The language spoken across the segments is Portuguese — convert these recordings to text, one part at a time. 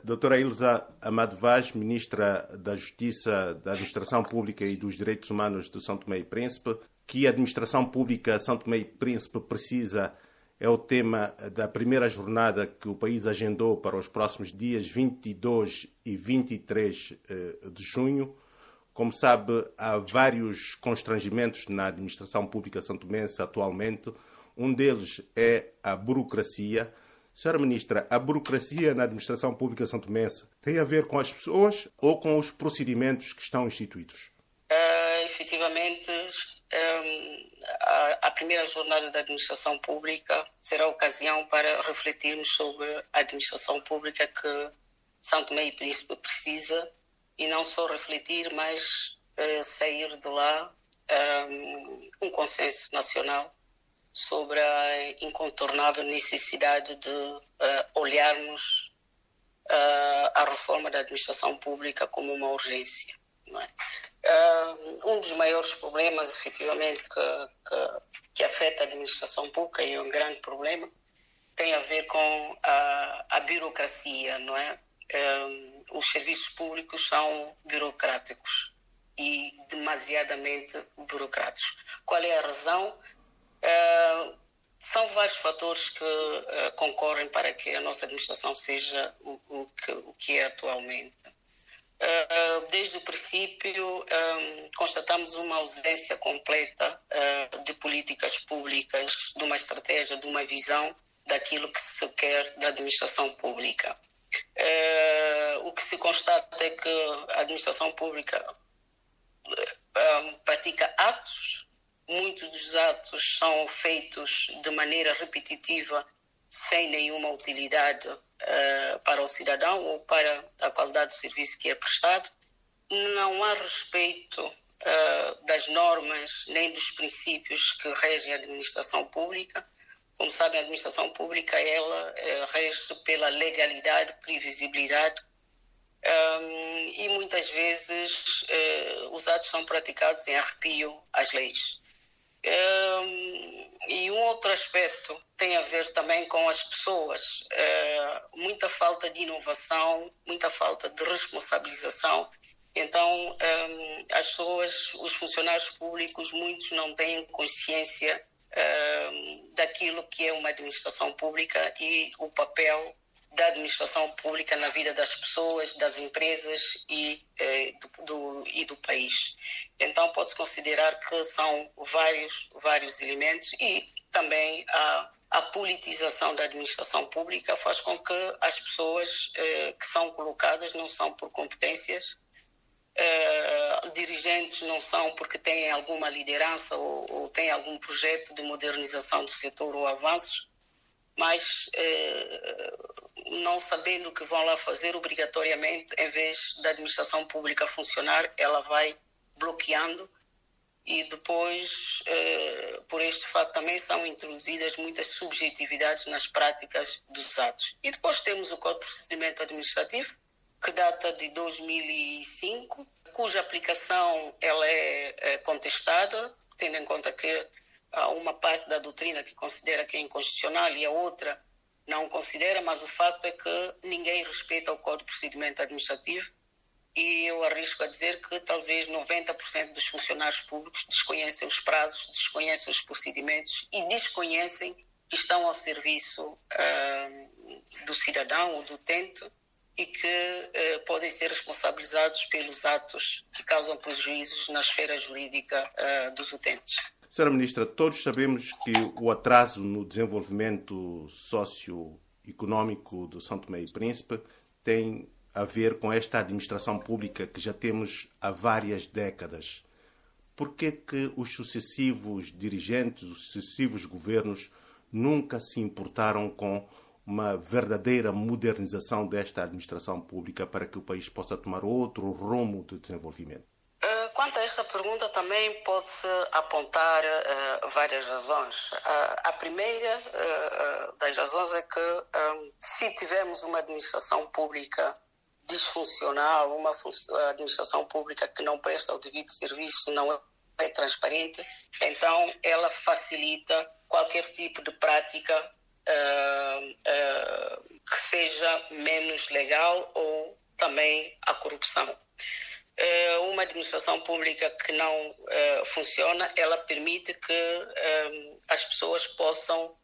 Doutora Ilza Amado Vaz, Ministra da Justiça, da Administração Pública e dos Direitos Humanos de São Tomé e Príncipe, que a Administração Pública São Tomé e Príncipe precisa é o tema da primeira jornada que o país agendou para os próximos dias 22 e 23 de junho. Como sabe, há vários constrangimentos na administração pública santomense atualmente. Um deles é a burocracia. Senhora Ministra, a burocracia na administração pública santomense tem a ver com as pessoas ou com os procedimentos que estão instituídos? Efetivamente, a primeira jornada da administração pública será a ocasião para refletirmos sobre a administração pública que São Tomé e Príncipe precisa, e não só refletir, mas sair de lá um consenso nacional sobre a incontornável necessidade de olharmos a reforma da administração pública como uma urgência. Não é? Um dos maiores problemas, efetivamente, que afeta a administração pública, e é um grande problema, tem a ver com a burocracia, não é? Os serviços públicos são burocráticos e demasiadamente burocráticos. Qual é a razão? São vários fatores que concorrem para que a nossa administração seja o que é atualmente. Desde o princípio, constatamos uma ausência completa de políticas públicas, de uma estratégia, de uma visão daquilo que se quer da administração pública. O que se constata é que a administração pública pratica atos. Muitos dos atos são feitos de maneira repetitiva, sem nenhuma utilidade para o cidadão ou para a qualidade do serviço que é prestado. Não há respeito das normas nem dos princípios que regem a administração pública. Como sabem, a administração pública ela rege pela legalidade, previsibilidade, e muitas vezes os atos são praticados em arrepio às leis. E um outro aspecto tem a ver também com as pessoas. Muita falta de inovação, muita falta de responsabilização. Então, as pessoas, os funcionários públicos, muitos não têm consciência daquilo que é uma administração pública e o papel da administração pública na vida das pessoas, das empresas e do país. Então, pode-se considerar que são vários elementos, e também a politização da administração pública faz com que as pessoas que são colocadas não são por competências, dirigentes não são porque têm alguma liderança ou têm algum projeto de modernização do setor ou avanços, mas não sabendo o que vão lá fazer, obrigatoriamente, em vez da administração pública funcionar, ela vai bloqueando, e depois, por este facto, também são introduzidas muitas subjetividades nas práticas dos atos. E depois temos o Código de Procedimento Administrativo, que data de 2005, cuja aplicação ela é contestada, tendo em conta que há uma parte da doutrina que considera que é inconstitucional e a outra não considera, mas o facto é que ninguém respeita o Código de Procedimento Administrativo, e eu arrisco a dizer que talvez 90% dos funcionários públicos desconhecem os prazos, desconhecem os procedimentos e desconhecem que estão ao serviço do cidadão ou do utente, e que podem ser responsabilizados pelos atos que causam prejuízos na esfera jurídica dos utentes. Senhora Ministra, todos sabemos que o atraso no desenvolvimento socioeconómico de São Tomé e Príncipe tem a ver com esta administração pública que já temos há várias décadas. Por que os sucessivos dirigentes, os sucessivos governos nunca se importaram com uma verdadeira modernização desta administração pública para que o país possa tomar outro rumo de desenvolvimento? Quanto a esta pergunta, também pode-se apontar várias razões. A primeira das razões é que se tivermos uma administração pública disfuncional, uma administração pública que não presta o devido serviço, não é transparente, então ela facilita qualquer tipo de prática que seja menos legal ou também a corrupção. Uma administração pública que não funciona, ela permite que as pessoas possam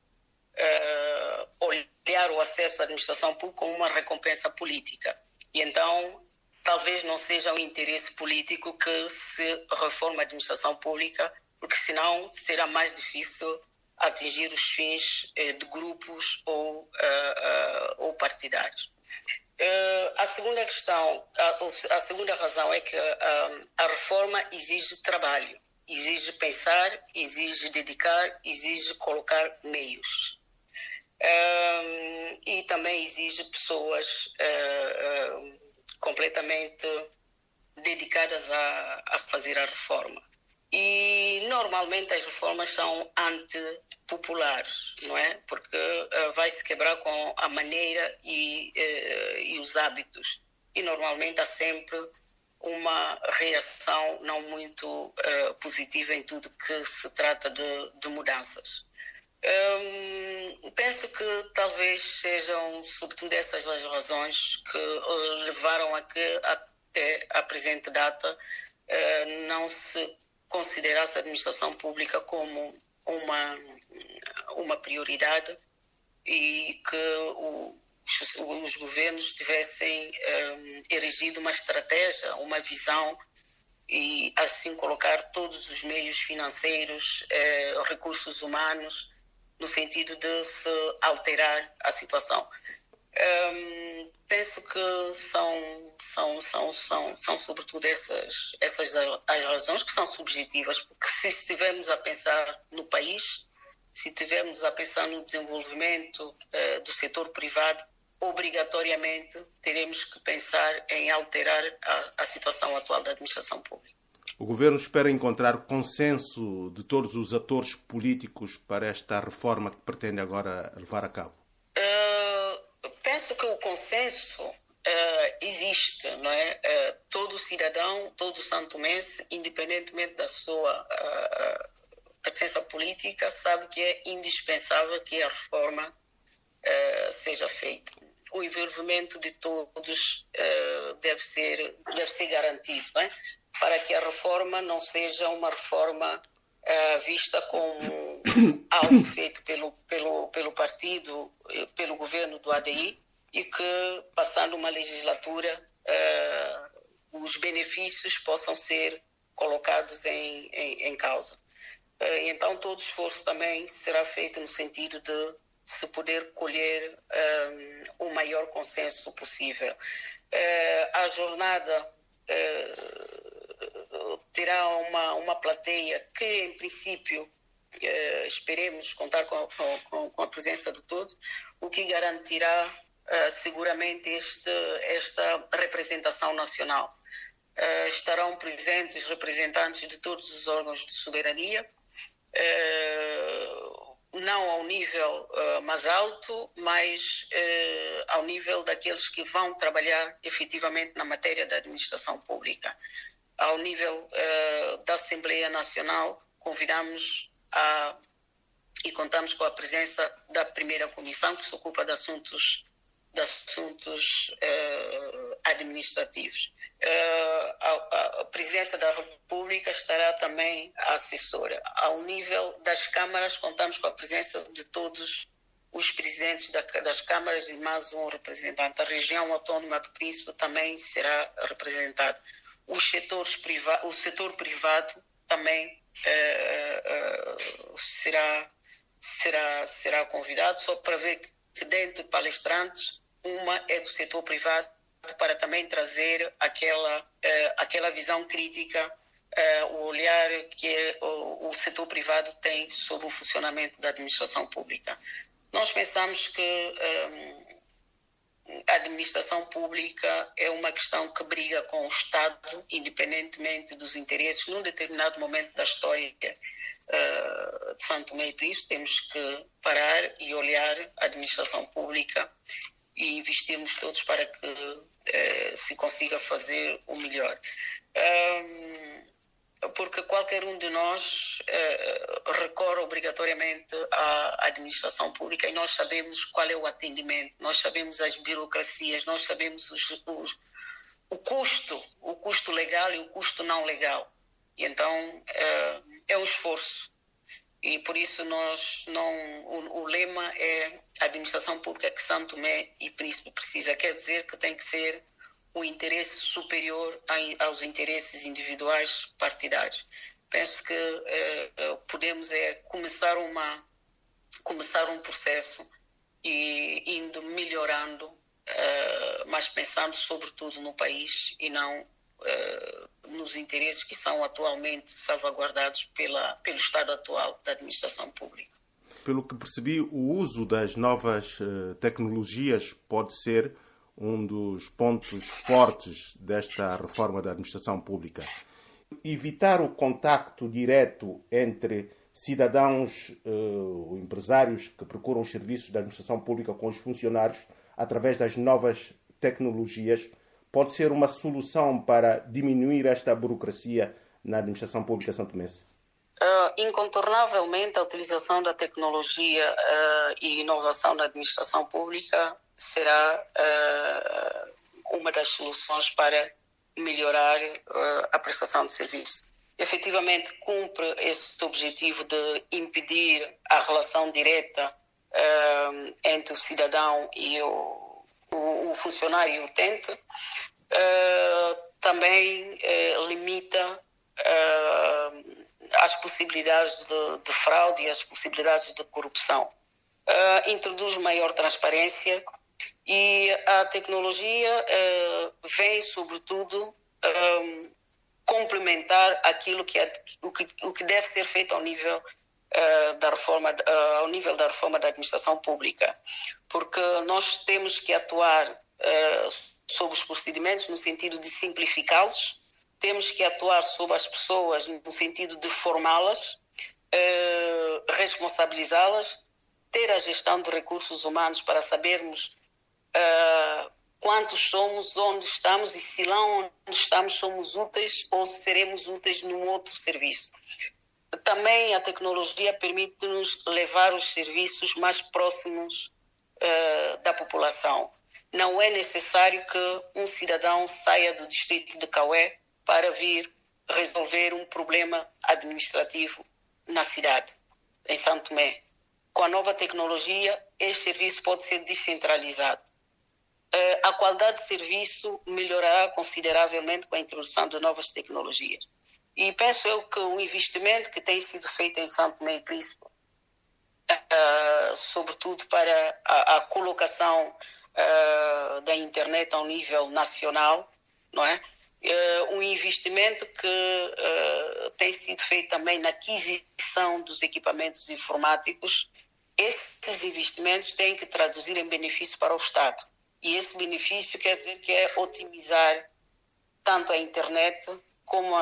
olhar o acesso à administração pública como uma recompensa política. E então, talvez não seja o interesse político que se reforme a administração pública, porque senão será mais difícil atingir os fins de grupos ou partidários. A segunda questão, a segunda razão é que a reforma exige trabalho, exige pensar, exige dedicar, exige colocar meios. E também exige pessoas completamente dedicadas a fazer a reforma. E normalmente as reformas são antipopulares, não é? Porque vai-se quebrar com a maneira e os hábitos. E normalmente há sempre uma reação não muito positiva em tudo que se trata de mudanças. Penso que talvez sejam sobretudo essas as razões que levaram a que até a presente data não se considerasse a administração pública como uma prioridade e que os governos tivessem erigido uma estratégia, uma visão e assim colocar todos os meios financeiros, recursos humanos, no sentido de se alterar a situação. Penso que são sobretudo essas as razões que são subjetivas, porque se estivermos a pensar no país, se estivermos a pensar no desenvolvimento do setor privado, obrigatoriamente teremos que pensar em alterar a situação atual da administração pública. O governo espera encontrar consenso de todos os atores políticos para esta reforma que pretende agora levar a cabo? Penso que o consenso existe, não é? Todo cidadão, todo santomense, independentemente da sua pertença política, sabe que é indispensável que a reforma seja feita. O envolvimento de todos deve ser garantido, não é? Para que a reforma não seja uma reforma vista como algo feito pelo partido, pelo governo do ADI, e que, passando uma legislatura, os benefícios possam ser colocados em causa. Então, todo esforço também será feito no sentido de se poder colher o maior consenso possível. A jornada terá uma plateia que, em princípio, esperemos contar com a presença de todos, o que garantirá seguramente esta representação nacional. Estarão presentes representantes de todos os órgãos de soberania, não ao nível mais alto, mas ao nível daqueles que vão trabalhar efetivamente na matéria da administração pública. Ao nível da Assembleia Nacional, convidamos e contamos com a presença da primeira comissão, que se ocupa de assuntos administrativos. A presidência da República estará também assessora. Ao nível das câmaras, contamos com a presença de todos os presidentes das câmaras e mais um representante. A região autónoma do Príncipe também será representada. O setor privado também será convidado, só para ver que dentro de palestrantes, uma é do setor privado, para também trazer aquela visão crítica, o olhar que o setor privado tem sobre o funcionamento da administração pública. Nós pensamos que a administração pública é uma questão que briga com o Estado, independentemente dos interesses. Num determinado momento da história de São Tomé e Príncipe, temos que parar e olhar a administração pública e investirmos todos para que se consiga fazer o melhor. porque qualquer um de nós recorre obrigatoriamente à administração pública e nós sabemos qual é o atendimento, nós sabemos as burocracias, nós sabemos o custo legal e o custo não legal. E então é um esforço. E por isso o lema é a administração pública que São Tomé e Príncipe precisa. Quer dizer que tem que ser o interesse superior aos interesses individuais partidários. Penso que podemos começar um processo e indo melhorando, mas pensando sobretudo no país e não nos interesses que são atualmente salvaguardados pelo estado atual da administração pública. Pelo que percebi, o uso das novas tecnologias pode ser um dos pontos fortes desta reforma da administração pública. Evitar o contacto direto entre cidadãos ou empresários que procuram os serviços da administração pública com os funcionários através das novas tecnologias pode ser uma solução para diminuir esta burocracia na administração pública santomense? Incontornavelmente, a utilização da tecnologia e inovação na administração pública será uma das soluções para melhorar a prestação de serviço. Efetivamente, cumpre esse objetivo de impedir a relação direta entre o cidadão e o funcionário e o utente. Também limita as possibilidades de fraude e as possibilidades de corrupção. Introduz maior transparência e a tecnologia vem, sobretudo, complementar aquilo o que deve ser feito ao nível da reforma da administração pública, porque nós temos que atuar sobre os procedimentos no sentido de simplificá-los, temos que atuar sobre as pessoas no sentido de formá-las, responsabilizá-las, ter a gestão de recursos humanos para sabermos quantos somos, onde estamos e se lá onde estamos somos úteis ou se seremos úteis num outro serviço. Também a tecnologia permite-nos levar os serviços mais próximos da população. Não é necessário que um cidadão saia do distrito de Cauê para vir resolver um problema administrativo na cidade, em São Tomé. Com a nova tecnologia, este serviço pode ser descentralizado. A qualidade de serviço melhorará consideravelmente com a introdução de novas tecnologias. E penso eu que o investimento que tem sido feito em São Tomé e Príncipe, sobretudo para a colocação da internet ao nível nacional, não é? Um investimento que tem sido feito também na aquisição dos equipamentos informáticos. Esses investimentos têm que traduzir em benefício para o Estado. E esse benefício quer dizer que é otimizar tanto a internet como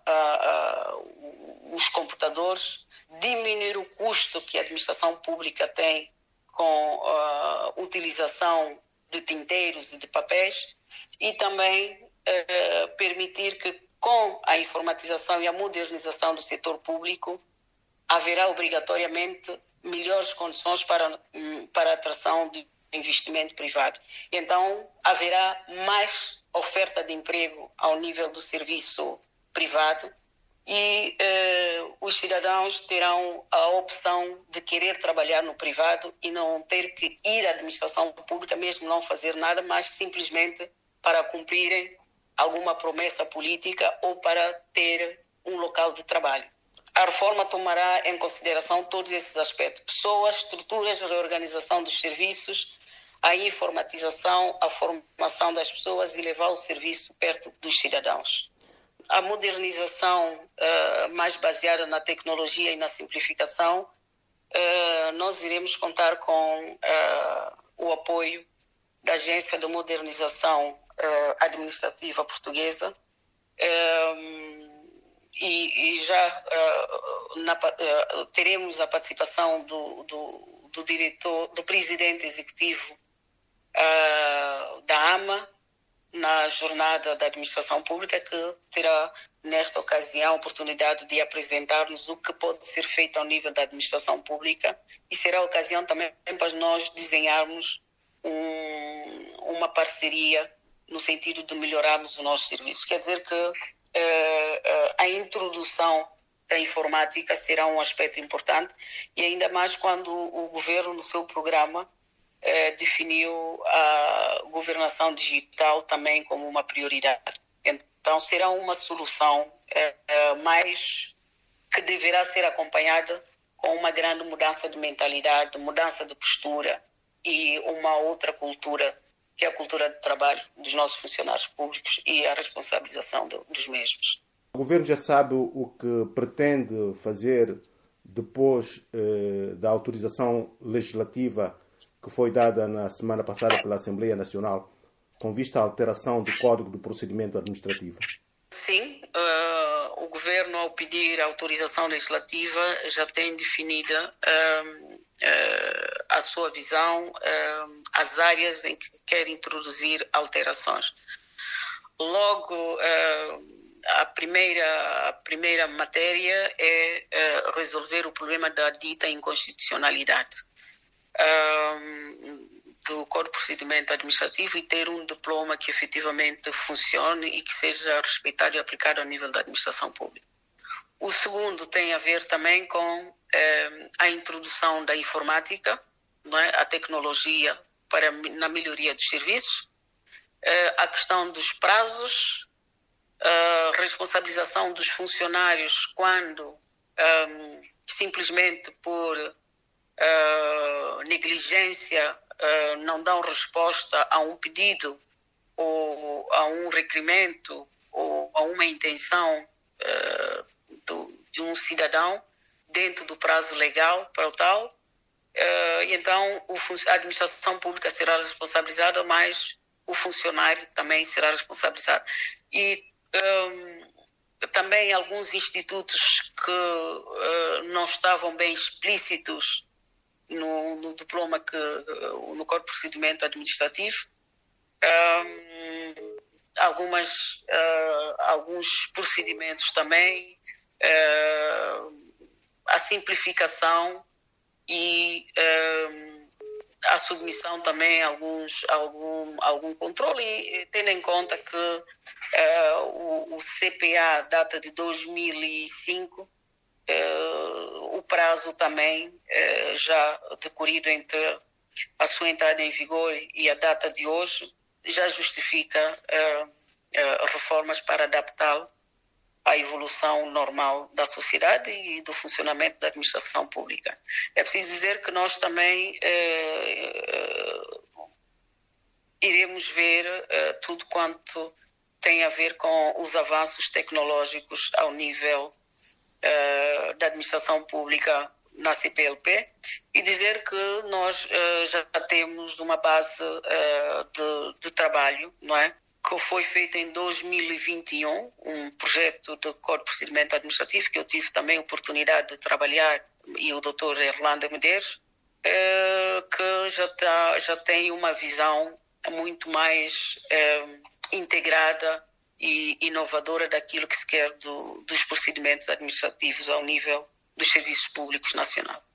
os computadores, diminuir o custo que a administração pública tem com a utilização de tinteiros e de papéis e também permitir que com a informatização e a modernização do setor público haverá obrigatoriamente melhores condições para a atração de investimento privado. Então, haverá mais oferta de emprego ao nível do serviço privado e os cidadãos terão a opção de querer trabalhar no privado e não ter que ir à administração pública, mesmo não fazer nada, mas simplesmente para cumprirem alguma promessa política ou para ter um local de trabalho. A reforma tomará em consideração todos esses aspectos: pessoas, estruturas, reorganização dos serviços, a informatização, a formação das pessoas e levar o serviço perto dos cidadãos. A modernização mais baseada na tecnologia e na simplificação, nós iremos contar com o apoio da Agência de Modernização Administrativa Portuguesa e já teremos a participação do diretor, do presidente executivo da AMA, na jornada da administração pública, que terá, nesta ocasião, a oportunidade de apresentar-nos o que pode ser feito ao nível da administração pública, e será a ocasião também para nós desenharmos uma parceria no sentido de melhorarmos os nossos serviços. Quer dizer que a introdução da informática será um aspecto importante, e ainda mais quando o governo, no seu programa, definiu a governação digital também como uma prioridade. Então, será uma solução mais que deverá ser acompanhada com uma grande mudança de mentalidade, mudança de postura e uma outra cultura, que é a cultura de trabalho dos nossos funcionários públicos e a responsabilização dos mesmos. O governo já sabe o que pretende fazer depois da autorização legislativa que foi dada na semana passada pela Assembleia Nacional, com vista à alteração do Código do Procedimento Administrativo? Sim, o governo, ao pedir a autorização legislativa, já tem definida a sua visão, as áreas em que quer introduzir alterações. Logo, a primeira matéria é resolver o problema da dita inconstitucionalidade do Código de Procedimento Administrativo e ter um diploma que efetivamente funcione e que seja respeitado e aplicado ao nível da administração pública. O segundo tem a ver também com a introdução da informática, não é? A tecnologia na melhoria dos serviços, a questão dos prazos, a responsabilização dos funcionários quando simplesmente por negligência não dão resposta a um pedido ou a um requerimento ou a uma intenção de um cidadão dentro do prazo legal para o tal. E então a administração pública será responsabilizada, mas o funcionário também será responsabilizado. E também alguns institutos que não estavam bem explícitos no diploma, no Código de Procedimento Administrativo, alguns procedimentos também, a simplificação e a submissão também a algum controle, e tendo em conta que o CPA data de 2005, o prazo também já decorrido entre a sua entrada em vigor e a data de hoje já justifica reformas para adaptá-lo à evolução normal da sociedade e do funcionamento da administração pública. É preciso dizer que nós também iremos ver tudo quanto tem a ver com os avanços tecnológicos ao nível da administração pública na CPLP, e dizer que nós já temos uma base de trabalho, não é? Que foi feito em 2021, um projeto de Código de Procedimento Administrativo, que eu tive também a oportunidade de trabalhar, e o Dr. Erlanda Medeiros, que já tem uma visão muito mais integrada e inovadora daquilo que se quer dos procedimentos administrativos ao nível dos serviços públicos nacionais.